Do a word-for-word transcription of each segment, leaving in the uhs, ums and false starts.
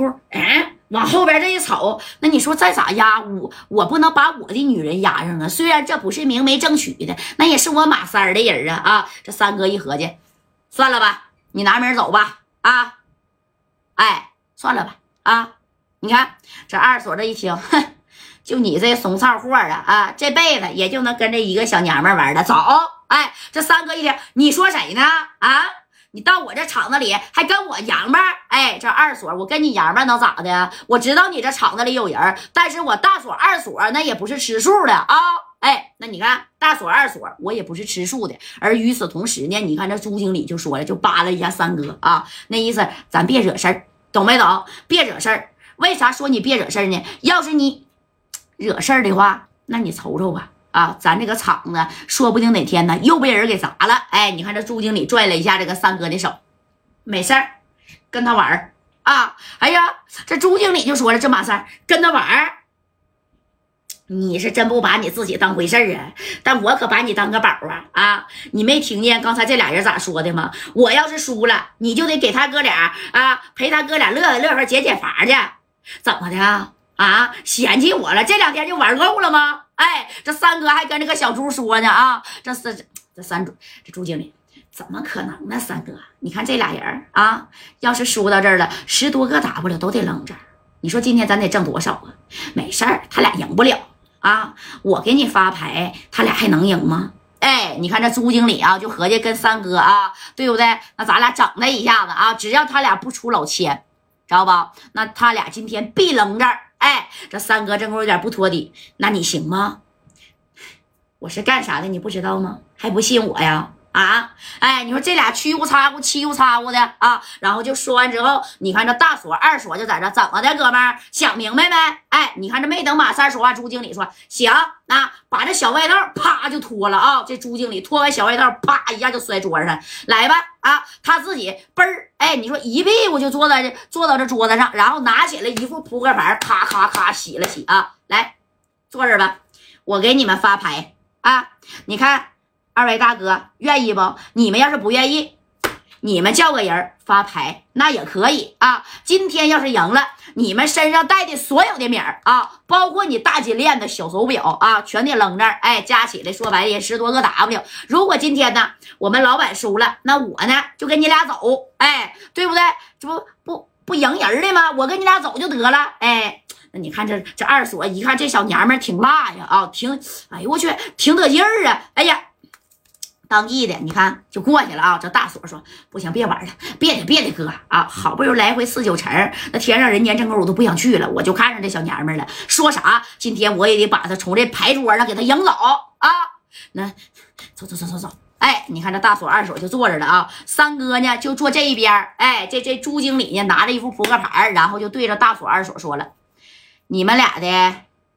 嗯，往后边这一瞅，那你说再咋压我，我不能把我的女人压上啊。虽然这不是明媒正娶的，那也是我马三儿的人啊啊！这三哥一合计，算了吧，你拿名走吧啊！哎，算了吧啊！你看这二锁这一听，哼，就你这怂操货啊啊！这辈子也就能跟这一个小娘们玩了，走！哎，这三哥一听，你说谁呢？啊！你到我这厂子里还跟我洋吧？哎，这二锁我跟你洋吧能咋的？我知道你这厂子里有人，但是我大锁二锁那也不是吃素的啊！哎，那你看大锁二锁我也不是吃素的。而与此同时呢，你看这朱经理就说了，就扒拉一下三哥啊，那意思咱别惹事儿，懂没懂？别惹事儿。为啥说你别惹事儿呢？要是你惹事儿的话，那你瞅瞅吧。啊，咱这个厂子说不定哪天呢又被人给砸了。哎，你看这朱经理拽了一下这个三哥的手，没事儿，跟他玩儿啊。哎呀，这朱经理就说了，这马三跟他玩儿，你是真不把你自己当回事儿啊？但我可把你当个宝啊！啊，你没听见刚才这俩人咋说的吗？我要是输了，你就得给他哥俩啊，陪他哥俩乐呵乐呵解解乏去。怎么的啊？嫌弃我了？这两天就玩够了吗？哎，这三哥还跟这个小猪说呢啊，这是这三猪这朱经理怎么可能呢？三哥，你看这俩人啊，要是输到这儿了，十多个 W 都得扔这儿。你说今天咱得挣多少啊？没事儿，他俩赢不了啊。我给你发牌，他俩还能赢吗？哎，你看这朱经理啊，就合计跟三哥啊，对不对？那咱俩整他一下子啊，只要他俩不出老千，知道吧？那他俩今天必扔这儿。哎，这三哥正有点不托底，那你行吗？我是干啥的，你不知道吗？还不信我呀？啊，哎，你说这俩屈乎擦乎、欺乎擦乎的啊，然后就说完之后，你看这大锁、二锁就在这怎么的，哥们儿想明白没？哎，你看这没等马三说话，朱经理说行，那把这小外套啪就脱了啊！这朱经理脱完小外套，啪一下就摔桌上，来吧啊！他自己嘣儿，哎，你说一屁股就坐在坐到这桌子上，然后拿起了一副扑克牌，咔咔咔洗了洗啊，来坐这儿吧，我给你们发牌啊！你看。二位大哥愿意不？你们要是不愿意，你们叫个人发牌那也可以啊。今天要是赢了，你们身上带的所有的名儿啊，包括你大金链子、小手表啊，全得扔这儿。哎，加起来说白了也十多个 W。如果今天呢，我们老板输了，那我呢就跟你俩走，哎，对不对？这不不不赢人的吗？我跟你俩走就得了，哎。那你看这这二锁一看这小娘们挺辣呀啊，挺哎呦我去，挺得劲儿啊，哎呀。当意的，你看就过去了啊！这大锁说：“不行，别玩了，别的别的哥啊，好不容易来回四九城，那天上人间正宫我都不想去了，我就看上这小娘们了。说啥，今天我也得把她从这牌桌上给她赢走啊！那走走走走走，哎，你看这大锁二锁就坐着了啊，三哥呢就坐这一边，哎，这这朱经理呢拿着一副扑克牌，然后就对着大锁二锁说了：你们俩的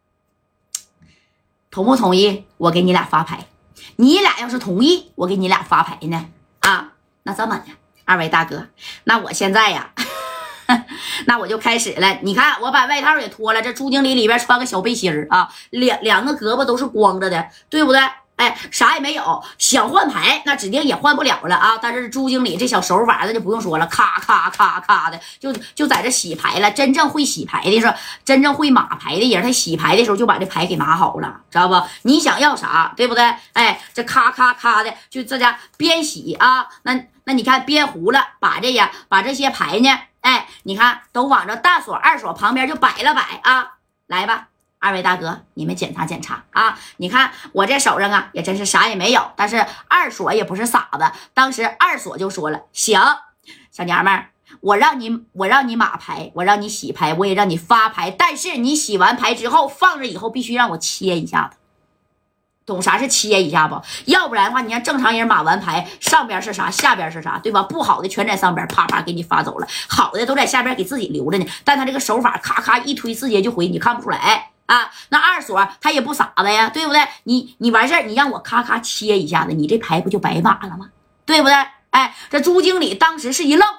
同不同意？我给你俩发牌。”你俩要是同意，我给你俩发牌呢啊！那这么的，二位大哥，那我现在呀，那我就开始了。你看，我把外套也脱了，这朱经理里边穿个小背心儿啊，两两个胳膊都是光着的，对不对？哎，啥也没有，想换牌那指定也换不了了啊！但是朱经理这小手法那就不用说了，咔咔咔咔的，就就在这洗牌了。真正会洗牌的是，真正会码牌的人，他洗牌的时候就把这牌给码好了，知道不？你想要啥，对不对？哎，这咔咔咔的，就这家边洗啊，那那你看边糊了，把这呀把这些牌呢，哎，你看都往这大锁二锁旁边就摆了摆啊，来吧。二位大哥，你们检查检查啊！你看我这手上啊，也真是啥也没有。但是二锁也不是傻子，当时二锁就说了：“行，小娘们儿，我让你我让你码牌，我让你洗牌，我也让你发牌。但是你洗完牌之后放着以后，必须让我切一下子。懂啥是切一下不？要不然的话，你看正常人码完牌，上边是啥，下边是啥，对吧？不好的全在上边，啪啪给你发走了；好的都在下边给自己留着呢。但他这个手法，咔咔一推，直接就回，你看不出来。”啊，那二锁他也不傻子呀，对不对？你你完事儿，你让我咔咔切一下子，你这牌不就白码了吗？对不对？哎，这朱经理当时是一愣，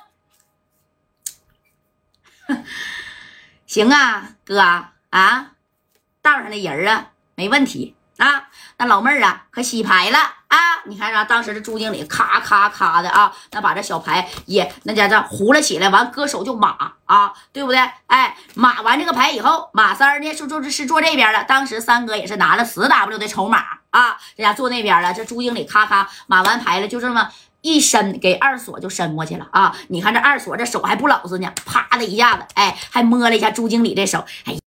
行啊，哥啊，道上的人啊，没问题啊。那老妹儿啊，可洗牌了。 啊，你看啥？当时这朱经理咔咔咔的啊，那把这小牌也那家这糊了起来，完搁手就码啊，对不对？哎，码完这个牌以后，马三儿呢是坐是坐这边了。当时三哥也是拿了十 W 的筹码啊，这家坐那边了。这朱经理咔咔码完牌了，就这么一伸给二锁就伸过去了啊！你看这二锁这手还不老实呢，啪的一下子，哎，还摸了一下朱经理这手，哎。